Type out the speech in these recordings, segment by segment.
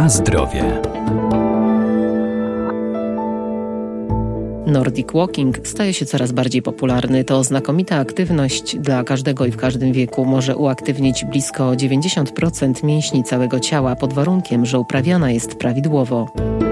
Na zdrowie. Nordic Walking staje się coraz bardziej popularny. To znakomita aktywność dla każdego i w każdym wieku. Może uaktywnić blisko 90% mięśni całego ciała pod warunkiem, że uprawiana jest prawidłowo.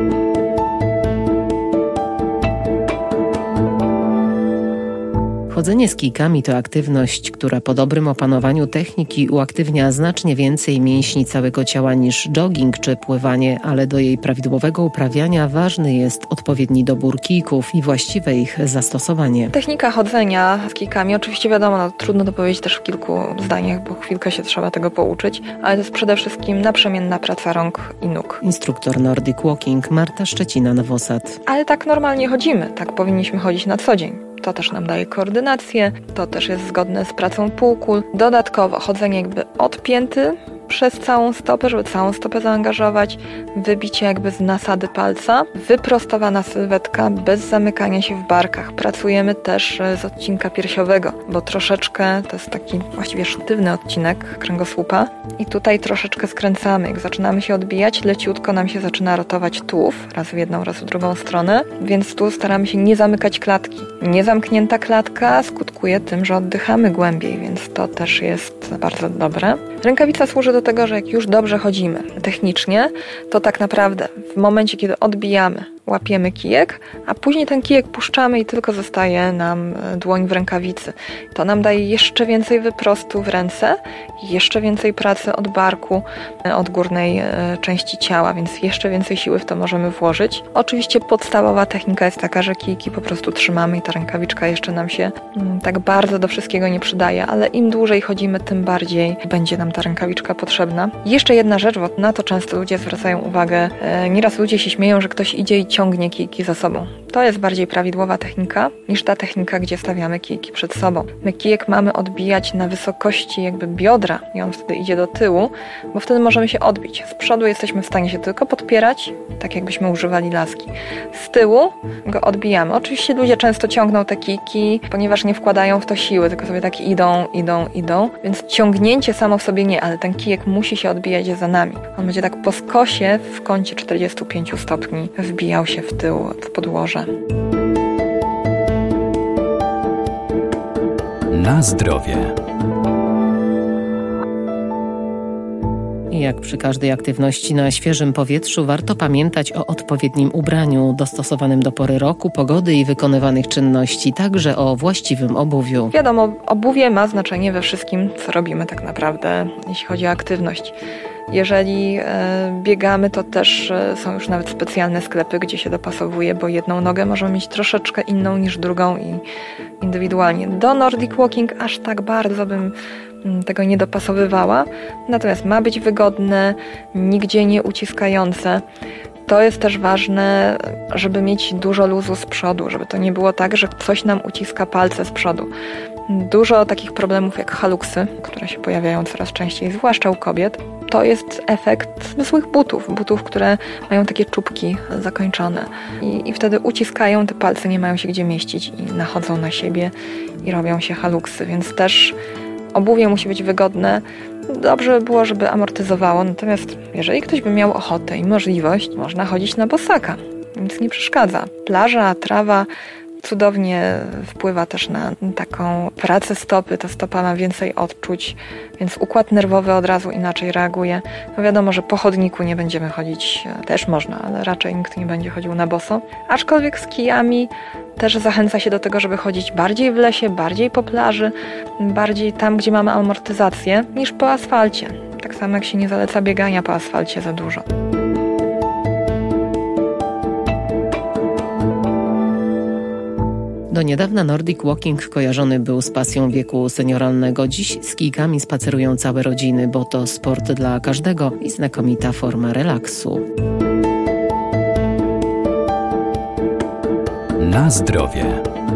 Chodzenie z kijkami to aktywność, która po dobrym opanowaniu techniki uaktywnia znacznie więcej mięśni całego ciała niż jogging czy pływanie, ale do jej prawidłowego uprawiania ważny jest odpowiedni dobór kijków i właściwe ich zastosowanie. Technika chodzenia z kijkami, oczywiście wiadomo, trudno to powiedzieć też w kilku zdaniach, bo chwilkę się trzeba tego pouczyć, ale to jest przede wszystkim naprzemienna praca rąk i nóg. Instruktor Nordic Walking Marta Szczecina-Nowosad. Ale tak normalnie chodzimy, tak powinniśmy chodzić na co dzień. To też nam daje koordynację, to też jest zgodne z pracą półkul. Dodatkowo chodzenie jakby odpięty przez całą stopę, żeby całą stopę zaangażować, wybicie jakby z nasady palca, wyprostowana sylwetka bez zamykania się w barkach. Pracujemy też z odcinka piersiowego, bo troszeczkę to jest taki właściwie sztywny odcinek kręgosłupa i tutaj troszeczkę skręcamy. Jak zaczynamy się odbijać, leciutko nam się zaczyna rotować tułów, raz w jedną, raz w drugą stronę, więc tu staramy się nie zamykać klatki. Niezamknięta klatka skutkuje tym, że oddychamy głębiej, więc to też jest bardzo dobre. Rękawica służy do tego, że jak już dobrze chodzimy technicznie, to tak naprawdę w momencie, kiedy odbijamy, łapiemy kijek, a później ten kijek puszczamy i tylko zostaje nam dłoń w rękawicy. To nam daje jeszcze więcej wyprostu w ręce, jeszcze więcej pracy od barku, od górnej części ciała, więc jeszcze więcej siły w to możemy włożyć. Oczywiście podstawowa technika jest taka, że kijki po prostu trzymamy i ta rękawiczka jeszcze nam się tak bardzo do wszystkiego nie przydaje, ale im dłużej chodzimy, tym bardziej będzie nam ta rękawiczka potrzebna. Jeszcze jedna rzecz, bo na to często ludzie zwracają uwagę. Nieraz ludzie się śmieją, że ktoś idzie i ciągnie kijki za sobą. To jest bardziej prawidłowa technika niż ta technika, gdzie stawiamy kijki przed sobą. My kijek mamy odbijać na wysokości jakby biodra i on wtedy idzie do tyłu, bo wtedy możemy się odbić. Z przodu jesteśmy w stanie się tylko podpierać, tak jakbyśmy używali laski. Z tyłu go odbijamy. Oczywiście ludzie często ciągną te kijki, ponieważ nie wkładają w to siły, tylko sobie tak idą, więc ciągnięcie samo w sobie nie, ale ten kijek musi się odbijać za nami. On będzie tak po skosie w kącie 45 stopni wbijał się w tył, w podłoże. Na zdrowie. Jak przy każdej aktywności na świeżym powietrzu warto pamiętać o odpowiednim ubraniu, dostosowanym do pory roku, pogody i wykonywanych czynności, także o właściwym obuwiu. Wiadomo, obuwie ma znaczenie we wszystkim, co robimy tak naprawdę, jeśli chodzi o aktywność. Jeżeli biegamy, to też są już nawet specjalne sklepy, gdzie się dopasowuje, bo jedną nogę możemy mieć troszeczkę inną niż drugą i indywidualnie. Do Nordic Walking aż tak bardzo bym tego nie dopasowywała, natomiast ma być wygodne, nigdzie nie uciskające. To jest też ważne, żeby mieć dużo luzu z przodu, żeby to nie było tak, że coś nam uciska palce z przodu. Dużo takich problemów jak haluksy, które się pojawiają coraz częściej, zwłaszcza u kobiet, to jest efekt zwykłych butów, które mają takie czubki zakończone i wtedy uciskają, te palce nie mają się gdzie mieścić i nachodzą na siebie i robią się haluksy, więc też obuwie musi być wygodne. Dobrze by było, żeby amortyzowało, natomiast jeżeli ktoś by miał ochotę i możliwość, można chodzić na bosaka, nic nie przeszkadza. Plaża, trawa cudownie wpływa też na taką pracę stopy, ta stopa ma więcej odczuć, więc układ nerwowy od razu inaczej reaguje. No wiadomo, że po chodniku nie będziemy chodzić, też można, ale raczej nikt nie będzie chodził na boso. Aczkolwiek z kijami też zachęca się do tego, żeby chodzić bardziej w lesie, bardziej po plaży, bardziej tam, gdzie mamy amortyzację, niż po asfalcie. Tak samo jak się nie zaleca biegania po asfalcie za dużo. Do niedawna Nordic Walking kojarzony był z pasją wieku senioralnego. Dziś z kijkami spacerują całe rodziny, bo to sport dla każdego i znakomita forma relaksu. Na zdrowie.